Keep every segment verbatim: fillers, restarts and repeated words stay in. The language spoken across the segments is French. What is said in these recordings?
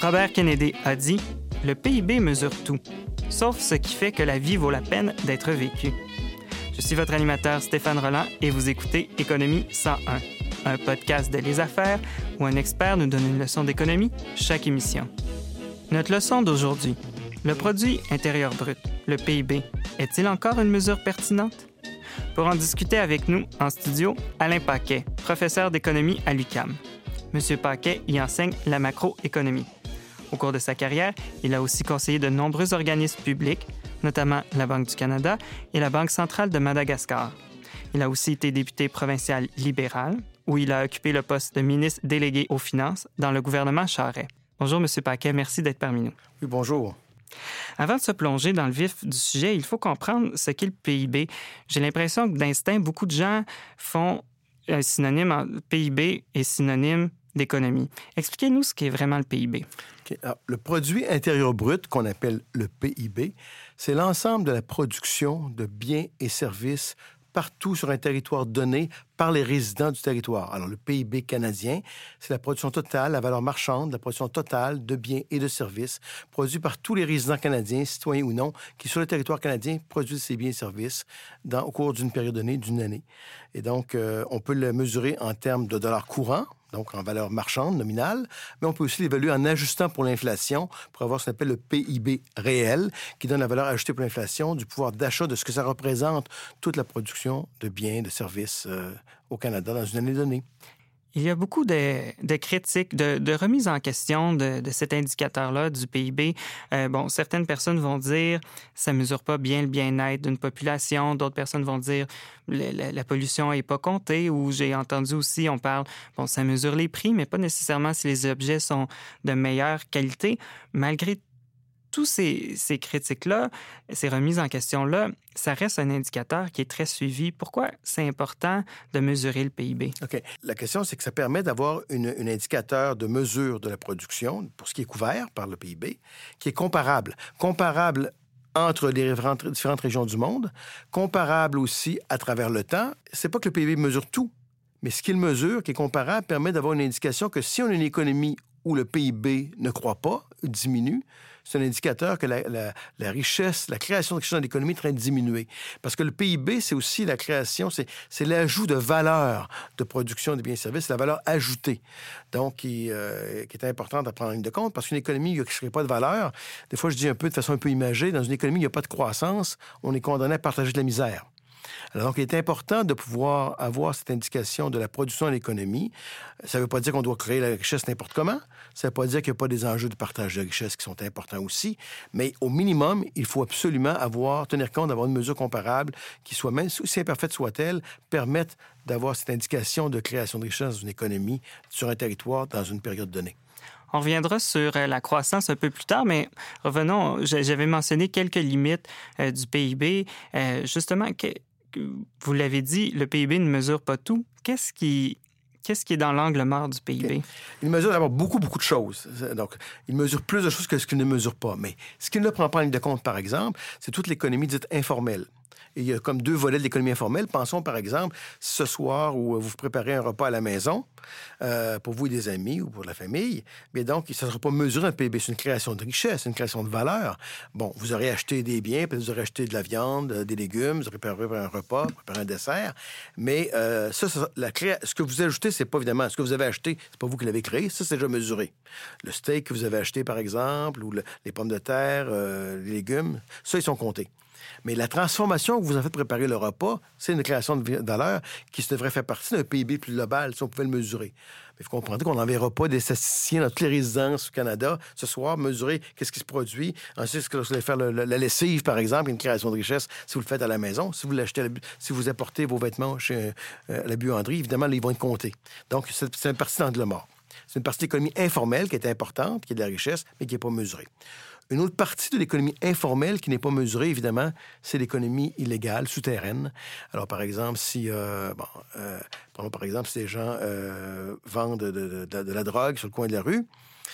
Robert Kennedy a dit « Le P I B mesure tout, sauf ce qui fait que la vie vaut la peine d'être vécue. » Je suis votre animateur Stéphane Rolland et vous écoutez Économie cent un, un podcast de Les Affaires où un expert nous donne une leçon d'économie chaque émission. Notre leçon d'aujourd'hui, le produit intérieur brut, le P I B, est-il encore une mesure pertinente? Pour en discuter avec nous, en studio, Alain Paquet, professeur d'économie à l'U Q A M. Monsieur Paquet y enseigne la macroéconomie. Au cours de sa carrière, il a aussi conseillé de nombreux organismes publics, notamment la Banque du Canada et la Banque centrale de Madagascar. Il a aussi été député provincial libéral, où il a occupé le poste de ministre délégué aux Finances dans le gouvernement Charest. Bonjour, Monsieur Paquet, merci d'être parmi nous. Oui, bonjour. Avant de se plonger dans le vif du sujet, il faut comprendre ce qu'est le P I B. J'ai l'impression que d'instinct, beaucoup de gens font un synonyme, en... P I B est synonyme d'économie. Expliquez-nous ce qu'est vraiment le P I B. Okay. Alors, le produit intérieur brut, qu'on appelle le P I B, c'est l'ensemble de la production de biens et services partout sur un territoire donné par les résidents du territoire. Alors, le P I B canadien, c'est la production totale, la valeur marchande, la production totale de biens et de services produits par tous les résidents canadiens, citoyens ou non, qui, sur le territoire canadien, produisent ces biens et services dans, au cours d'une période donnée, d'une année. Et donc, euh, on peut le mesurer en termes de dollars courants, donc en valeur marchande nominale, mais on peut aussi l'évaluer en ajustant pour l'inflation pour avoir ce qu'on appelle le P I B réel, qui donne la valeur ajoutée pour l'inflation du pouvoir d'achat de ce que ça représente toute la production de biens, de services euh, au Canada dans une année donnée. Il y a beaucoup de, de critiques, de, de remises en question de, de cet indicateur-là, du P I B. Euh, bon, certaines personnes vont dire ça ne mesure pas bien le bien-être d'une population. D'autres personnes vont dire la, la, la pollution n'est pas comptée. Ou j'ai entendu aussi, on parle, bon, ça mesure les prix, mais pas nécessairement si les objets sont de meilleure qualité. Malgré tous ces, ces critiques-là, ces remises en question-là, ça reste un indicateur qui est très suivi. Pourquoi c'est important de mesurer le P I B? OK. La question, c'est que ça permet d'avoir une, un indicateur de mesure de la production, pour ce qui est couvert par le P I B, qui est comparable. Comparable entre les différentes régions du monde, comparable aussi à travers le temps. C'est pas que le P I B mesure tout, mais ce qu'il mesure, qui est comparable, permet d'avoir une indication que si on a une économie où le P I B ne croît pas, diminue, c'est un indicateur que la, la, la richesse, la création de richesse dans l'économie est en train de diminuer. Parce que le P I B, c'est aussi la création, c'est, c'est l'ajout de valeur de production des biens et services, c'est la valeur ajoutée. Donc, qui, euh, qui est importante à prendre en ligne de compte, parce qu'une économie qui ne crée pas de valeur, des fois, je dis un peu de façon un peu imagée, dans une économie où il n'y a pas de croissance, on est condamné à partager de la misère. Alors, donc, il est important de pouvoir avoir cette indication de la production de l'économie. Ça ne veut pas dire qu'on doit créer la richesse n'importe comment. Ça ne veut pas dire qu'il n'y a pas des enjeux de partage de richesse qui sont importants aussi. Mais au minimum, il faut absolument avoir, tenir compte d'avoir une mesure comparable qui soit, même si imparfaite soit-elle, permette d'avoir cette indication de création de richesse dans une économie, sur un territoire, dans une période donnée. On reviendra sur la croissance un peu plus tard, mais revenons, j'avais mentionné quelques limites euh, du P I B. Euh, justement, que, vous l'avez dit, le P I B ne mesure pas tout. Qu'est-ce qui, qu'est-ce qui est dans l'angle mort du P I B? Okay. Il mesure d'abord beaucoup, beaucoup de choses. Donc, il mesure plus de choses que ce qu'il ne mesure pas. Mais ce qu'il ne prend pas en ligne de compte, par exemple, c'est toute l'économie dite informelle. Et il y a comme deux volets de l'économie informelle. Pensons, par exemple, ce soir où vous préparez un repas à la maison, euh, pour vous et des amis ou pour la famille, mais donc, ça ne sera pas mesuré dans le P I B. C'est une création de richesse, une création de valeur. Bon, vous aurez acheté des biens, peut-être vous aurez acheté de la viande, des légumes, vous aurez préparé un repas, préparé un dessert, mais euh, ça, ça la créa... ce que vous ajoutez, c'est pas évidemment ce que vous avez acheté, c'est pas vous qui l'avez créé, ça, c'est déjà mesuré. Le steak que vous avez acheté, par exemple, ou le... les pommes de terre, euh, les légumes, ça, ils sont comptés. Mais la transformation que vous en faites préparer le repas, c'est une création de valeur qui devrait faire partie d'un P I B plus global, si on pouvait le mesurer. Mais il faut comprendre qu'on n'enverra pas des statisticiens dans toutes les résidences au Canada ce soir, mesurer qu'est-ce qui se produit. Ensuite, est-ce que vous allez faire le, le, la lessive, par exemple, une création de richesse, si vous le faites à la maison, si vous l'achetez, la, si vous apportez vos vêtements chez euh, la buanderie, évidemment, là, ils vont être comptés. Donc, c'est, c'est une partie d'angle mort. C'est une partie de l'économie informelle qui est importante, qui est de la richesse, mais qui n'est pas mesurée. Une autre partie de l'économie informelle qui n'est pas mesurée, évidemment, c'est l'économie illégale, souterraine. Alors, par exemple, si, euh, bon, euh, prenons par exemple, si des gens euh, vendent de, de, de, de la drogue sur le coin de la rue,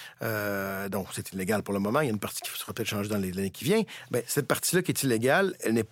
euh, donc c'est illégal pour le moment, il y a une partie qui sera peut-être changée dans l'année qui vient, bien, cette partie-là qui est illégale, elle n'est pas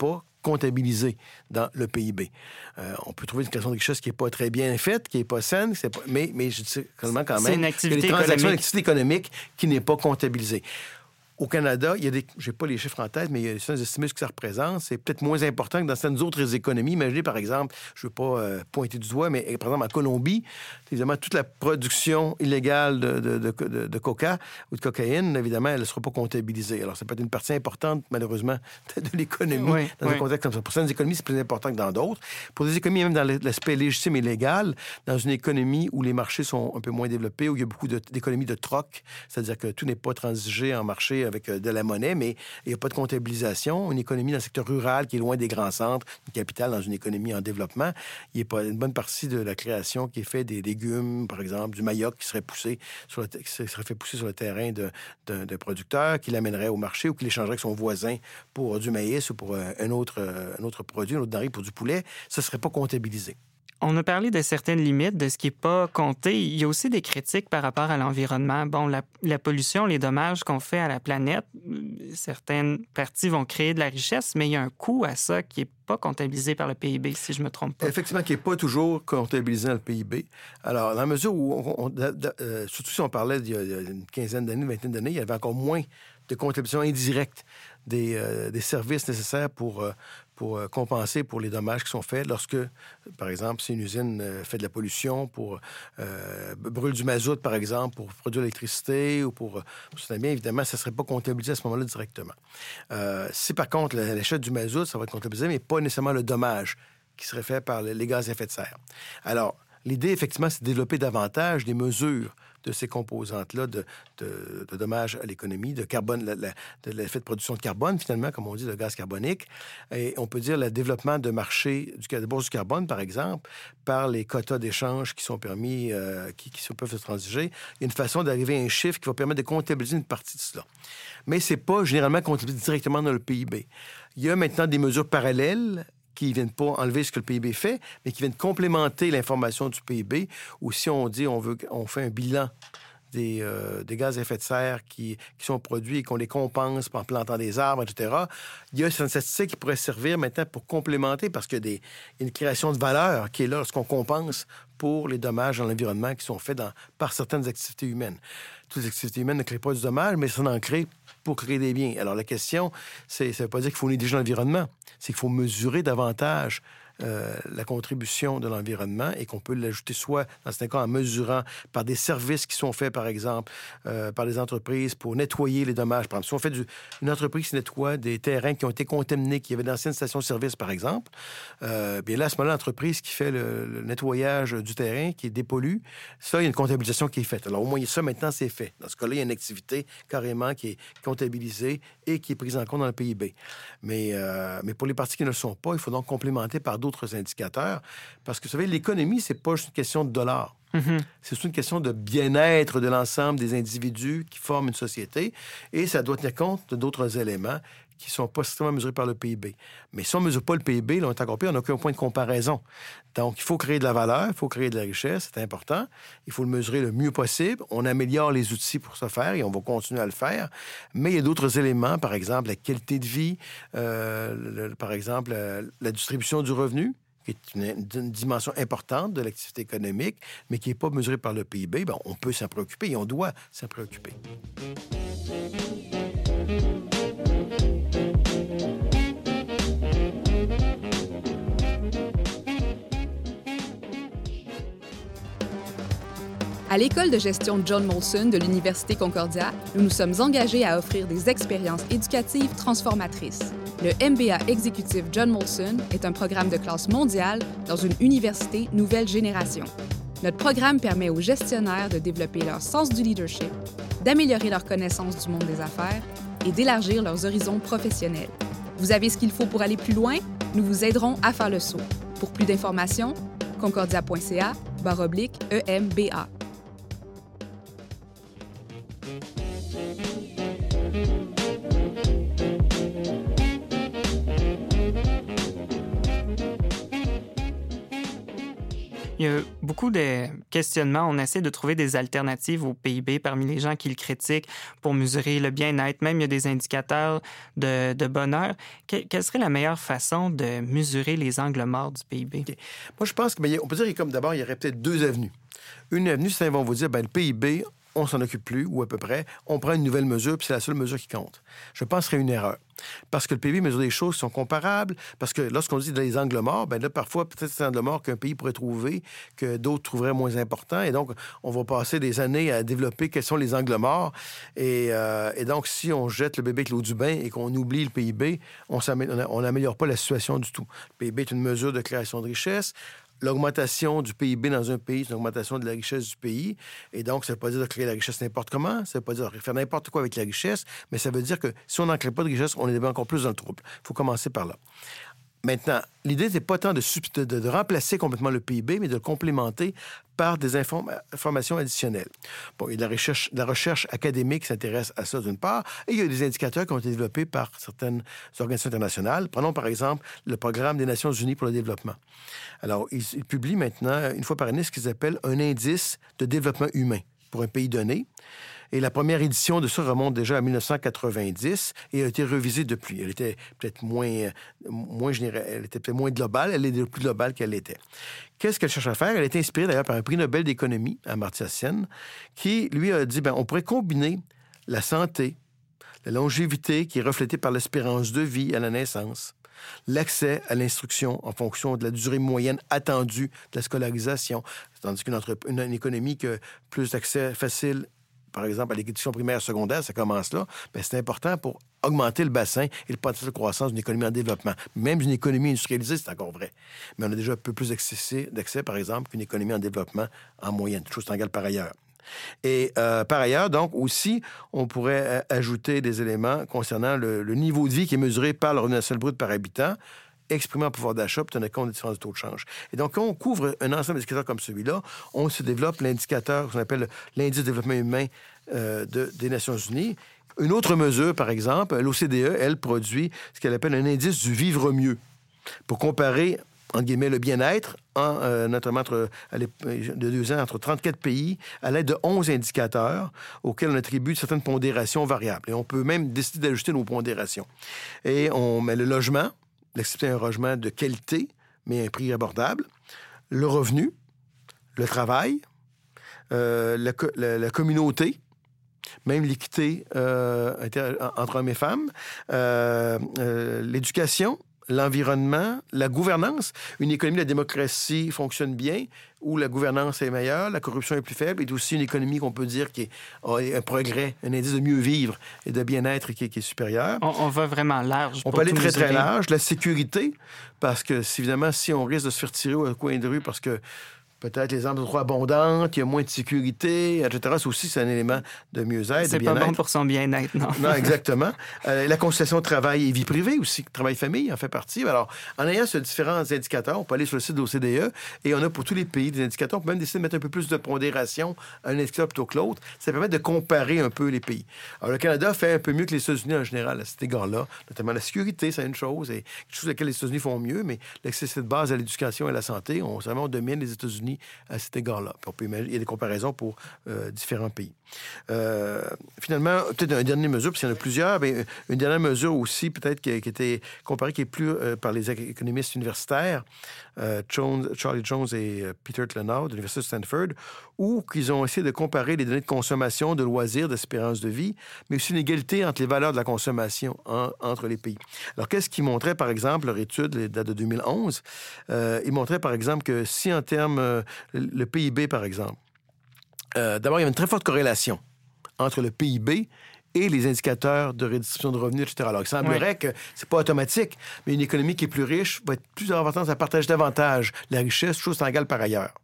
comptabilisés dans le P I B. Euh, on peut trouver une création de richesse qui n'est pas très bien faite, qui n'est pas saine, c'est pas... mais, mais je dis seulement quand même c'est une activité qu'il y a des transactions économique. d'activité économique qui n'est pas comptabilisée. Au Canada, il y a des, je n'ai pas les chiffres en tête, mais il y a des estimés ce que ça représente. C'est peut-être moins important que dans certaines autres économies. Imaginez, par exemple, je ne veux pas euh, pointer du doigt, mais par exemple, en Colombie, évidemment, toute la production illégale de, de, de, de, de coca ou de cocaïne, évidemment, elle ne sera pas comptabilisée. Alors, ça peut être une partie importante, malheureusement, de l'économie oui, dans oui. un contexte comme ça. Pour certaines économies, c'est plus important que dans d'autres. Pour des économies, même dans l'aspect légitime et légal, dans une économie où les marchés sont un peu moins développés, où il y a beaucoup de, d'économies de troc, c'est-à-dire que tout n'est pas transigé en marché avec de la monnaie, mais il n'y a pas de comptabilisation. Une économie dans le secteur rural qui est loin des grands centres, une capitale dans une économie en développement, il n'y a pas une bonne partie de la création qui est faite des légumes, par exemple, du manioc qui serait poussé sur le, qui serait fait pousser sur le terrain de, de, de producteurs, qui l'amènerait au marché ou qui l'échangerait avec son voisin pour du maïs ou pour un autre, un autre produit, un autre denrée pour du poulet. Ça ne serait pas comptabilisé. On a parlé de certaines limites, de ce qui n'est pas compté. Il y a aussi des critiques par rapport à l'environnement. Bon, la, la pollution, les dommages qu'on fait à la planète, certaines parties vont créer de la richesse, mais il y a un coût à ça qui n'est pas comptabilisé par le P I B, si je ne me trompe pas. Effectivement, qui n'est pas toujours comptabilisé dans le P I B. Alors, dans la mesure où, on, on, euh, surtout si on parlait d'il y a une quinzaine d'années, une vingtaine d'années, il y avait encore moins de comptabilisation indirecte des, euh, des services nécessaires pour, euh, pour euh, compenser pour les dommages qui sont faits lorsque, par exemple, si une usine euh, fait de la pollution, pour euh, brûle du mazout, par exemple, pour produire l'électricité ou pour... pour ça, bien évidemment, ça ne serait pas comptabilisé à ce moment-là directement. Euh, si, par contre, l'achat du mazout, ça va être comptabilisé, mais pas nécessairement le dommage qui serait fait par les gaz à effet de serre. Alors, l'idée, effectivement, c'est de développer davantage des mesures de ces composantes-là de, de, de dommages à l'économie, de carbone, la, la, de l'effet de production de carbone, finalement, comme on dit, de gaz carbonique. Et on peut dire le développement de marchés du, de bourse du carbone, par exemple, par les quotas d'échange qui sont permis, euh, qui, qui peuvent se transiger. Il y a une façon d'arriver à un chiffre qui va permettre de comptabiliser une partie de cela. Mais ce n'est pas généralement comptabilisé directement dans le P I B. Il y a maintenant des mesures parallèles qui ne viennent pas enlever ce que le P I B fait, mais qui viennent complémenter l'information du P I B, ou si on dit on veut on fait un bilan des, euh, des gaz à effet de serre qui, qui sont produits et qu'on les compense en plantant des arbres, et cetera. Il y a cette statistique qui pourrait servir maintenant pour complémenter, parce qu'il y a des, une création de valeur qui est là lorsqu'on compense pour les dommages dans l'environnement qui sont faits dans, par certaines activités humaines. Toutes les activités humaines ne créent pas du dommage, mais ça en crée pour créer des biens. Alors, la question, c'est, ça ne veut pas dire qu'il faut négliger l'environnement, c'est qu'il faut mesurer davantage euh, la contribution de l'environnement et qu'on peut l'ajouter soit, dans certains cas, en mesurant par des services qui sont faits, par exemple, euh, par des entreprises pour nettoyer les dommages. Par exemple, si on fait du, une entreprise qui nettoie des terrains qui ont été contaminés, qui avaient d'anciennes stations-service, par exemple, euh, bien là, à ce moment-là, l'entreprise qui fait le, le nettoyage du terrain, qui dépollue, ça, il y a une comptabilisation qui est faite. Alors, au moins, ça, maintenant, c'est fait. Dans ce cas-là, il y a une activité carrément qui est comptabilisée et qui est prise en compte dans le P I B. Mais, euh, mais pour les parties qui ne le sont pas, il faut donc complémenter par d'autres indicateurs. Parce que, vous savez, l'économie, c'est pas juste une question de dollars. Mm-hmm. C'est une question de bien-être de l'ensemble des individus qui forment une société. Et ça doit tenir compte de d'autres éléments qui ne sont pas strictement mesurés par le P I B. Mais si on ne mesure pas le P I B, là, on est encore pire, on n'a aucun point de comparaison. Donc, il faut créer de la valeur, il faut créer de la richesse, c'est important. Il faut le mesurer le mieux possible. On améliore les outils pour ce faire et on va continuer à le faire. Mais il y a d'autres éléments, par exemple, la qualité de vie, euh, le, par exemple, la, la distribution du revenu, qui est une, une dimension importante de l'activité économique, mais qui n'est pas mesurée par le P I B. Bien, on peut s'en préoccuper et on doit s'en préoccuper. À l'École de gestion John Molson de l'Université Concordia, nous nous sommes engagés à offrir des expériences éducatives transformatrices. Le M B A exécutif John Molson est un programme de classe mondiale dans une université nouvelle génération. Notre programme permet aux gestionnaires de développer leur sens du leadership, d'améliorer leur connaissance du monde des affaires et d'élargir leurs horizons professionnels. Vous avez ce qu'il faut pour aller plus loin? Nous vous aiderons à faire le saut. Pour plus d'informations, concordia.ca barre oblique E M B A. Il y a beaucoup de questionnements. On essaie de trouver des alternatives au P I B parmi les gens qui le critiquent pour mesurer le bien-être. Même, il y a des indicateurs de, de bonheur. Que, quelle serait la meilleure façon de mesurer les angles morts du P I B? Okay. Moi, je pense qu'on peut dire que, comme d'abord, il y aurait peut-être deux avenues. Une avenue, c'est qu'ils vont vous dire, ben, le P I B, on s'en occupe plus, ou à peu près. On prend une nouvelle mesure, puis c'est la seule mesure qui compte. Je pense que ce serait une erreur. Parce que le P I B mesure des choses qui sont comparables. Parce que lorsqu'on dit les angles morts, bien là, parfois, peut-être c'est un angle mort qu'un pays pourrait trouver, que d'autres trouveraient moins important. Et donc, on va passer des années à développer quels sont les angles morts. Et, euh, et donc, si on jette le bébé avec l'eau du bain et qu'on oublie le P I B, on n'améliore pas la situation du tout. Le P I B est une mesure de création de richesse. L'augmentation du P I B dans un pays, c'est une augmentation de la richesse du pays. Et donc, ça ne veut pas dire de créer la richesse n'importe comment, ça ne veut pas dire de faire n'importe quoi avec la richesse, mais ça veut dire que si on n'en crée pas de richesse, on est encore plus dans le trouble. Il faut commencer par là. Maintenant, l'idée n'est pas tant de, de, de remplacer complètement le P I B, mais de le complémenter par des inform- informations additionnelles. Bon, il y a de la recherche, de la recherche académique qui s'intéresse à ça d'une part, et il y a des indicateurs qui ont été développés par certaines organisations internationales. Prenons par exemple le Programme des Nations unies pour le développement. Alors, ils, ils publient maintenant, une fois par année, ce qu'ils appellent un indice de développement humain pour un pays donné. Et la première édition de ça remonte déjà à dix-neuf cent quatre-vingt-dix et elle a été revisée depuis. Elle était peut-être moins, moins générale, elle était peut-être moins globale, elle est plus globale qu'elle l'était. Qu'est-ce qu'elle cherche à faire? Elle est inspirée d'ailleurs par un prix Nobel d'économie, Amartya Sen, qui, lui, a dit, bien, on pourrait combiner la santé, la longévité qui est reflétée par l'espérance de vie à la naissance, l'accès à l'instruction en fonction de la durée moyenne attendue de la scolarisation, tandis qu'une entrep- une, une économie qui a plus d'accès facile, par exemple, à l'éducation primaire secondaire, ça commence là, bien, c'est important pour augmenter le bassin et le potentiel de croissance d'une économie en développement. Même une économie industrialisée, c'est encore vrai. Mais on a déjà un peu plus d'accès, d'accès par exemple, qu'une économie en développement en moyenne. Chose égale par ailleurs. Et euh, par ailleurs, donc, aussi, on pourrait euh, ajouter des éléments concernant le, le niveau de vie qui est mesuré par le revenu national brut par habitant, exprimé en pouvoir d'achat, pour tenir compte des différences de taux de change. Et donc, quand on couvre un ensemble d'indicateurs comme celui-là, on se développe l'indicateur qu'on appelle l'indice de développement humain euh, de, des Nations unies. Une autre mesure, par exemple, l'O C D E, elle, produit ce qu'elle appelle un indice du vivre mieux pour comparer, entre guillemets, le bien-être, en, euh, notamment entre, de deux ans, entre trente-quatre pays, à l'aide de onze indicateurs auxquels on attribue certaines pondérations variables. Et on peut même décider d'ajuster nos pondérations. Et on met le logement, d'accepter un logement de qualité, mais à un prix abordable, le revenu, le travail, euh, la, la, la communauté, même l'équité euh, entre hommes et femmes, euh, euh, l'éducation, l'environnement, la gouvernance. Une économie de la démocratie fonctionne bien, où la gouvernance est meilleure, la corruption est plus faible, et aussi une économie qu'on peut dire qui a un progrès, un indice de mieux vivre et de bien-être qui est, qui est supérieur. On, on va vraiment large. On pour peut aller très, mesurer. très large. La sécurité, parce que, évidemment, si on risque de se faire tirer au coin de rue parce que peut-être les armes sont trop abondantes, il y a moins de sécurité, et cetera. Ça aussi, c'est un élément de mieux-être, c'est de bien-être. pas bon pour son bien-être, non. Non, exactement. Euh, la conciliation travail et vie privée aussi, travail-famille en fait partie. Alors, en ayant ces différents indicateurs, on peut aller sur le site de l'O C D E et on a pour tous les pays des indicateurs. On peut même décider de mettre un peu plus de pondération à un indicateur plutôt que l'autre. Ça permet de comparer un peu les pays. Alors, le Canada fait un peu mieux que les États-Unis en général à cet égard-là, notamment la sécurité, c'est une chose, et quelque chose à laquelle les États-Unis font mieux, mais l'accès de base à l'éducation et à la santé, on, vraiment, on domine les États-Unis à cet égard-là. Puis on peut imaginer, il y a des comparaisons pour euh, différents pays. Euh, finalement, peut-être une dernière mesure, parce qu'il y en a plusieurs, mais une dernière mesure aussi, peut-être, qui, qui était comparée, qui est plus euh, par les économistes universitaires, euh, Jones, Charlie Jones et euh, Peter Clenard de l'Université de Stanford, où ils ont essayé de comparer les données de consommation, de loisirs, d'espérance de vie, mais aussi une égalité entre les valeurs de la consommation en, entre les pays. Alors, qu'est-ce qu'ils montraient, par exemple, leur étude, les dates de deux mille onze, euh, ils montraient, par exemple, que si en termes, euh, le, le P I B, par exemple, Euh, d'abord, il y a une très forte corrélation entre le P I B et les indicateurs de redistribution de revenus, et cetera. Alors, il semblerait oui. que c'est pas automatique, mais une économie qui est plus riche va être plus avoir tendance à partager davantage la richesse, chose égale par ailleurs.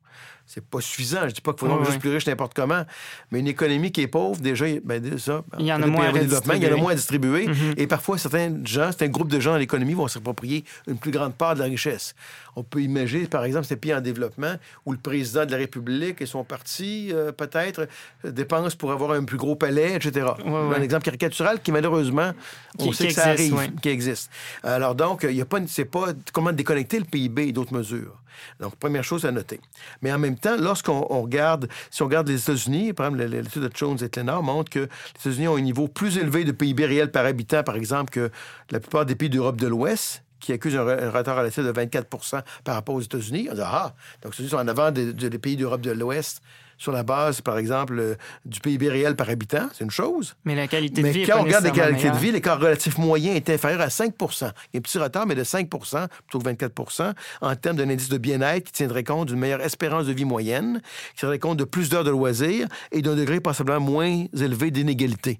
C'est pas suffisant. Je dis pas qu'il faut donc oui, juste oui. plus riche n'importe comment. Mais une économie qui est pauvre, déjà, ben, ça, il y en a moins à développement, il y en a moins à distribuer. Mm-hmm. Et parfois, certains gens, certains groupes de gens dans l'économie vont s'approprier une plus grande part de la richesse. On peut imaginer, par exemple, ces pays en développement où le président de la République et son parti, euh, peut-être, dépensent pour avoir un plus gros palais, et cetera. Oui, oui. Un exemple caricatural qui, malheureusement, on qui, sait qui que ça existe, arrive, oui. qui existe. Alors donc, il y a pas, c'est pas comment déconnecter le P I B et d'autres mesures. Donc, première chose à noter. Mais en même temps, lorsqu'on on regarde, si on regarde les États-Unis, par exemple, l'étude de Jones et Tlenor montre que les États-Unis ont un niveau plus élevé de P I B réel par habitant, par exemple, que la plupart des pays d'Europe de l'Ouest, qui accusent un, un retard relatif de vingt-quatre pour cent par rapport aux États-Unis. On dit, ah, donc ceux-ci sont en avant des de, de pays d'Europe de l'Ouest sur la base, par exemple, euh, du P I B réel par habitant. C'est une chose. Mais la qualité de mais vie quand est pas on regarde les qualités meilleure. de vie, l'écart relatif moyen est inférieur à cinq pour cent. Il y a un petit retard, mais de cinq pour cent plutôt que vingt-quatre pour cent en termes d'un indice de bien-être qui tiendrait compte d'une meilleure espérance de vie moyenne, qui tiendrait compte de plus d'heures de loisirs et d'un degré possiblement moins élevé d'inégalité.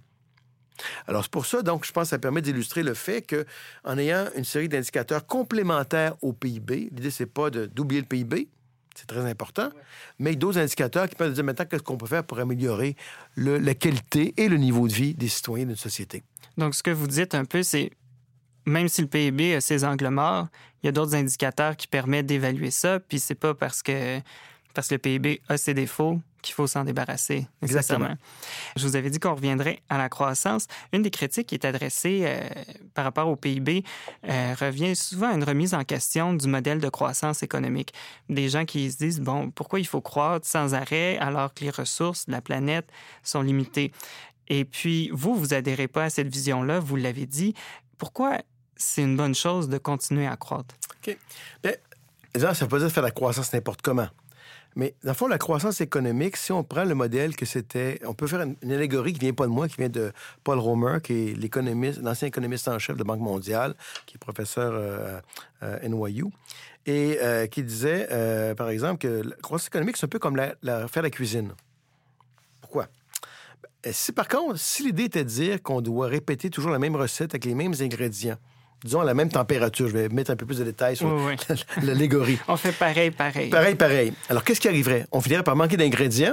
Alors, c'est pour ça, donc, je pense que ça permet d'illustrer le fait qu'en ayant une série d'indicateurs complémentaires au P I B, l'idée, c'est pas de, d'oublier le P I B, c'est très important, ouais. mais d'autres indicateurs qui peuvent dire maintenant qu'est-ce qu'on peut faire pour améliorer le, la qualité et le niveau de vie des citoyens d'une société. Donc, ce que vous dites un peu, c'est même si le P I B a ses angles morts, il y a d'autres indicateurs qui permettent d'évaluer ça, puis c'est pas parce que, parce que le P I B a ses défauts qu'il faut s'en débarrasser, nécessairement. Exactement. Je vous avais dit qu'on reviendrait à la croissance. Une des critiques qui est adressée euh, par rapport au P I B euh, revient souvent à une remise en question du modèle de croissance économique. Des gens qui se disent, bon, pourquoi il faut croître sans arrêt alors que les ressources de la planète sont limitées? Et puis, vous, vous adhérez pas à cette vision-là, vous l'avez dit. Pourquoi c'est une bonne chose de continuer à croître? OK. Bien, ça ne veut pas dire faire la croissance n'importe comment. Mais, dans le fond, la croissance économique, si on prend le modèle que c'était... On peut faire une, une allégorie qui ne vient pas de moi, qui vient de Paul Romer, qui est l'économiste, l'ancien économiste en chef de la Banque mondiale, qui est professeur euh, à N Y U, et euh, qui disait, euh, par exemple, que la croissance économique, c'est un peu comme la, la, faire la cuisine. Pourquoi? Ben, si, par contre, si l'idée était de dire qu'on doit répéter toujours la même recette avec les mêmes ingrédients, disons à la même température. Je vais mettre un peu plus de détails sur oui, oui. l'allégorie. On fait pareil, pareil. Pareil, pareil. Alors, qu'est-ce qui arriverait? On finirait par manquer d'ingrédients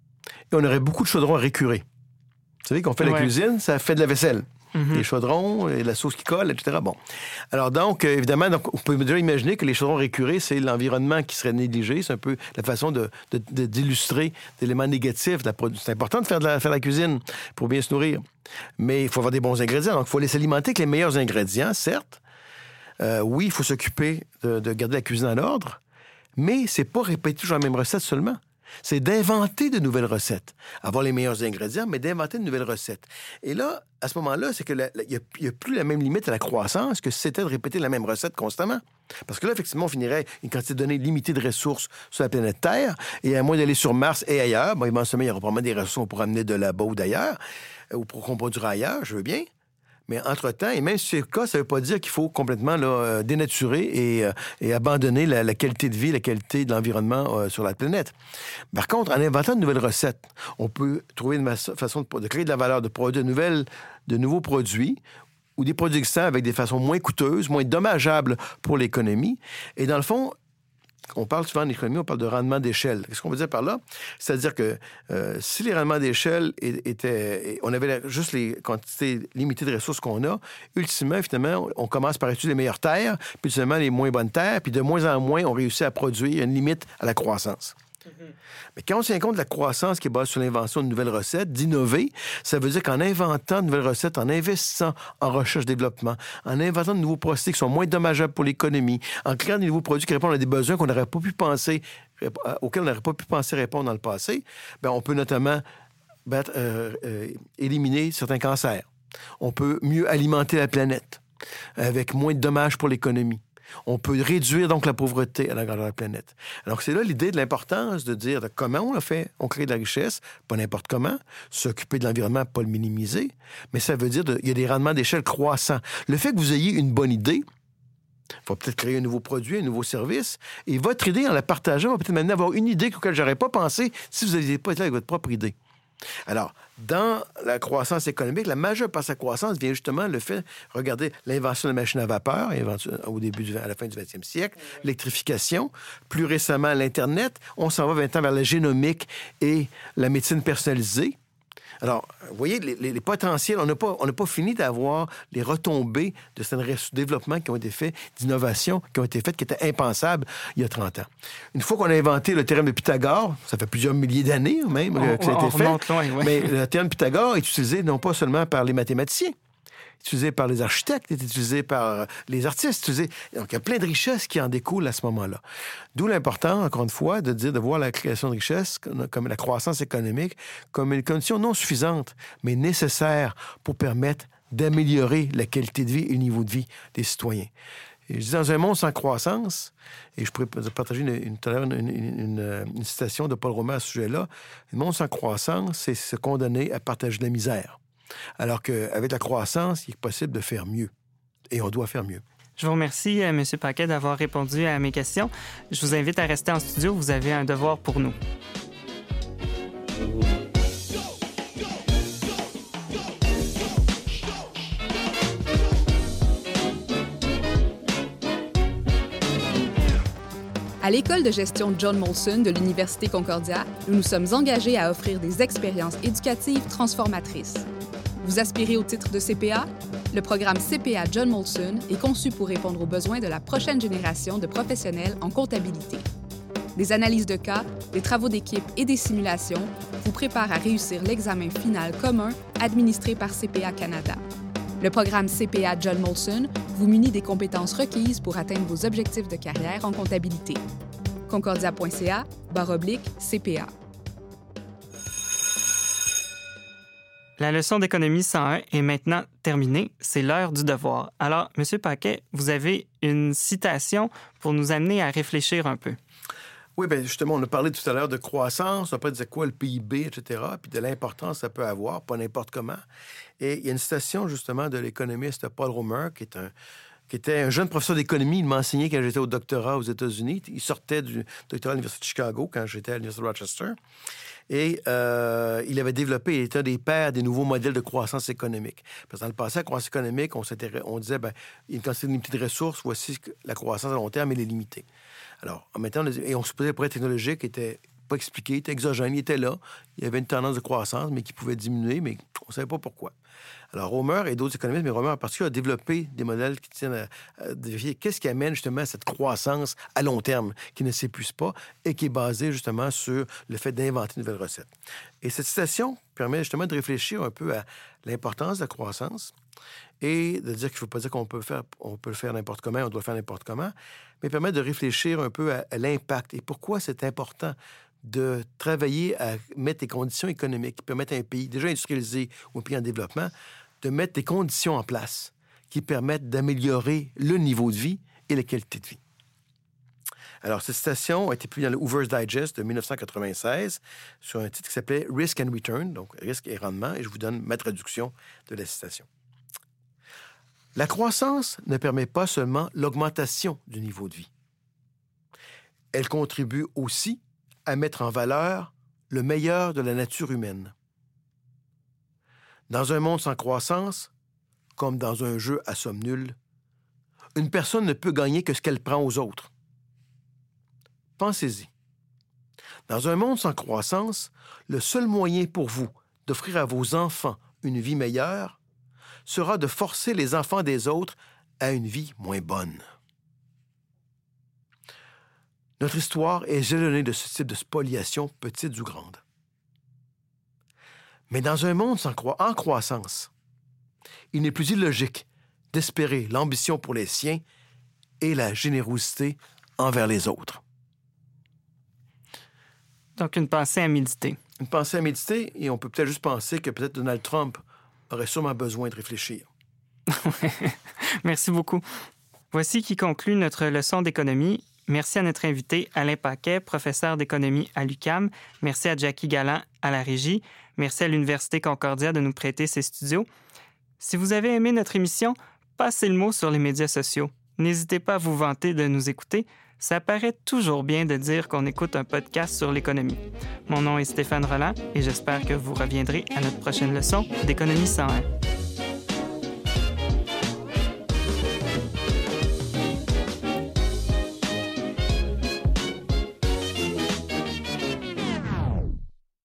et on aurait beaucoup de chaudrons à récurer. Vous savez qu'on fait ouais. la cuisine, ça fait de la vaisselle. Mm-hmm. Les chaudrons, et la sauce qui colle, et cetera. Bon. Alors donc, euh, évidemment, donc, on peut déjà imaginer que les chaudrons récurés, c'est l'environnement qui serait négligé. C'est un peu la façon de, de, de, d'illustrer d'éléments négatifs. De la produ- c'est important de faire de la, faire la cuisine pour bien se nourrir. Mais il faut avoir des bons ingrédients. Donc, il faut les alimenter avec les meilleurs ingrédients, certes. Euh, oui, il faut s'occuper de, de garder la cuisine en ordre, mais c'est pas répéter toujours la même recette seulement. C'est d'inventer de nouvelles recettes. Avoir les meilleurs ingrédients, mais d'inventer de nouvelles recettes. Et là, à ce moment-là, c'est qu'il n'y a, a plus la même limite à la croissance que si c'était de répéter la même recette constamment. Parce que là, effectivement, on finirait une quantité donnée limitée de ressources sur la planète Terre, et à moins d'aller sur Mars et ailleurs, bon, éventuellement, il y aura probablement des ressources pour amener de là-bas ou d'ailleurs, ou pour qu'on produira ailleurs, je veux bien. Mais entre-temps, et même si c'est le cas, ça ne veut pas dire qu'il faut complètement là, dénaturer et, euh, et abandonner la, la qualité de vie, la qualité de l'environnement euh, sur la planète. Par contre, en inventant de nouvelles recettes, on peut trouver une façon de, de créer de la valeur, de produire de, nouvelles, de nouveaux produits ou des produits existants avec des façons moins coûteuses, moins dommageables pour l'économie. Et dans le fond, on parle souvent en économie, on parle de rendement d'échelle. Qu'est-ce qu'on veut dire par là? C'est-à-dire que euh, si les rendements d'échelle étaient... On avait juste les quantités limitées de ressources qu'on a, ultimement, finalement, on commence par utiliser les meilleures terres, puis ultimement les moins bonnes terres, puis de moins en moins, on réussit à produire une limite à la croissance. Mm-hmm. Mais quand on tient compte de la croissance qui est basée sur l'invention de nouvelles recettes, d'innover, ça veut dire qu'en inventant de nouvelles recettes, en investissant en recherche-développement, en inventant de nouveaux procédés qui sont moins dommageables pour l'économie, en créant de nouveaux produits qui répondent à des besoins qu'on n'aurait pas pu penser, auxquels on n'aurait pas pu penser répondre dans le passé, bien, on peut notamment battre, euh, euh, éliminer certains cancers. On peut mieux alimenter la planète avec moins de dommages pour l'économie. On peut réduire donc la pauvreté à la grandeur de la planète. Alors, c'est là l'idée de l'importance de dire de comment on le fait. On crée de la richesse, pas n'importe comment, s'occuper de l'environnement, pas le minimiser, mais ça veut dire qu'il y a des rendements d'échelle croissants. Le fait que vous ayez une bonne idée, il faut peut-être créer un nouveau produit, un nouveau service, et votre idée, en la partageant, va peut-être m'amener à avoir une idée auquel je n'aurais pas pensé si vous n'aviez pas été là avec votre propre idée. Alors, dans la croissance économique, la majeure partie de sa croissance vient justement le fait, regardez, l'invention de la machine à vapeur, au début, du, à la fin du vingtième siècle, l'électrification, plus récemment l'Internet, on s'en va maintenant vers la génomique et la médecine personnalisée. Alors, vous voyez, les, les, les potentiels, on n'a pas, on n'a pas fini d'avoir les retombées de ce développement qui ont été faits, d'innovations qui ont été faites, qui étaient impensables il y a trente ans. Une fois qu'on a inventé le théorème de Pythagore, ça fait plusieurs milliers d'années même on, que ça a été fait, loin, ouais. Mais le théorème de Pythagore est utilisé non pas seulement par les mathématiciens, utilisé par les architectes, est utilisé par les artistes. Utilisé... Donc, il y a plein de richesses qui en découlent à ce moment-là. D'où l'important, encore une fois, de dire, de voir la création de richesses, comme la croissance économique, comme une condition non suffisante, mais nécessaire pour permettre d'améliorer la qualité de vie et le niveau de vie des citoyens. Et je dis, dans un monde sans croissance, et je pourrais partager une, une, une, une, une, une citation de Paul Romer à ce sujet-là, un monde sans croissance, c'est se condamner à partager de la misère. Alors qu'avec la croissance, il est possible de faire mieux. Et on doit faire mieux. Je vous remercie, M. Paquet, d'avoir répondu à mes questions. Je vous invite à rester en studio. Vous avez un devoir pour nous. À l'École de gestion John Molson de l'Université Concordia, nous nous sommes engagés à offrir des expériences éducatives transformatrices. Vous aspirez au titre de C P A? Le programme C P A John Molson est conçu pour répondre aux besoins de la prochaine génération de professionnels en comptabilité. Des analyses de cas, des travaux d'équipe et des simulations vous préparent à réussir l'examen final commun administré par C P A Canada. Le programme C P A John Molson vous munit des compétences requises pour atteindre vos objectifs de carrière en comptabilité. concordia.ca barre oblique CPA. La leçon d'économie cent un est maintenant terminée. C'est l'heure du devoir. Alors, M. Paquet, vous avez une citation pour nous amener à réfléchir un peu. Oui, bien justement, on a parlé tout à l'heure de croissance, on a pas dit quoi le P I B, et cetera, puis de l'importance que ça peut avoir, pas n'importe comment. Et il y a une citation, justement, de l'économiste Paul Romer, qui est un... qui était un jeune professeur d'économie. Il m'a enseigné quand j'étais au doctorat aux États-Unis. Il sortait du doctorat à l'Université de Chicago quand j'étais à l'Université de Rochester. Et euh, il avait développé, il était un des pères des nouveaux modèles de croissance économique. Parce que dans le passé, la croissance économique, on, on disait, bien, il y a une quantité limitée de ressources, voici que la croissance à long terme, elle est limitée. Alors, en mettant, et on supposait le progrès technologique était pas expliqué, était exogène, il était là. Il y avait une tendance de croissance, mais qui pouvait diminuer, mais on ne savait pas pourquoi. Alors, Romer et d'autres économistes, mais Romer en particulier, a développé des modèles qui tiennent à, à vérifier qu'est-ce qui amène justement à cette croissance à long terme, qui ne s'épuise pas et qui est basée justement sur le fait d'inventer de nouvelles recettes. Et cette citation permet justement de réfléchir un peu à l'importance de la croissance et de dire qu'il ne faut pas dire qu'on peut, faire, on peut le faire n'importe comment, on doit le faire n'importe comment, mais permet de réfléchir un peu à, à l'impact et pourquoi c'est important de travailler à mettre des conditions économiques qui permettent à un pays déjà industrialisé ou un pays en développement de mettre des conditions en place qui permettent d'améliorer le niveau de vie et la qualité de vie. Alors, cette citation a été publiée dans le Hoover's Digest de dix-neuf cent quatre-vingt-seize sur un titre qui s'appelait « Risk and Return », donc « Risque et rendement », et je vous donne ma traduction de la citation. La croissance ne permet pas seulement l'augmentation du niveau de vie. Elle contribue aussi à mettre en valeur le meilleur de la nature humaine. Dans un monde sans croissance, comme dans un jeu à somme nulle, une personne ne peut gagner que ce qu'elle prend aux autres. Pensez-y. Dans un monde sans croissance, le seul moyen pour vous d'offrir à vos enfants une vie meilleure sera de forcer les enfants des autres à une vie moins bonne. Notre histoire est jalonnée de ce type de spoliation, petite ou grande. Mais dans un monde sans cro- en croissance, il n'est plus illogique d'espérer l'ambition pour les siens et la générosité envers les autres. Donc, une pensée à méditer. Une pensée à méditer, et on peut peut-être juste penser que peut-être Donald Trump aurait sûrement besoin de réfléchir. Merci beaucoup. Voici qui conclut notre leçon d'économie. Merci à notre invité Alain Paquet, professeur d'économie à l'U Q A M. Merci à Jackie Galland à la régie. Merci à l'Université Concordia de nous prêter ses studios. Si vous avez aimé notre émission, passez le mot sur les médias sociaux. N'hésitez pas à vous vanter de nous écouter. ça paraît toujours bien de dire qu'on écoute un podcast sur l'économie. Mon nom est Stéphane Rolland et j'espère que vous reviendrez à notre prochaine leçon d'Économie cent un.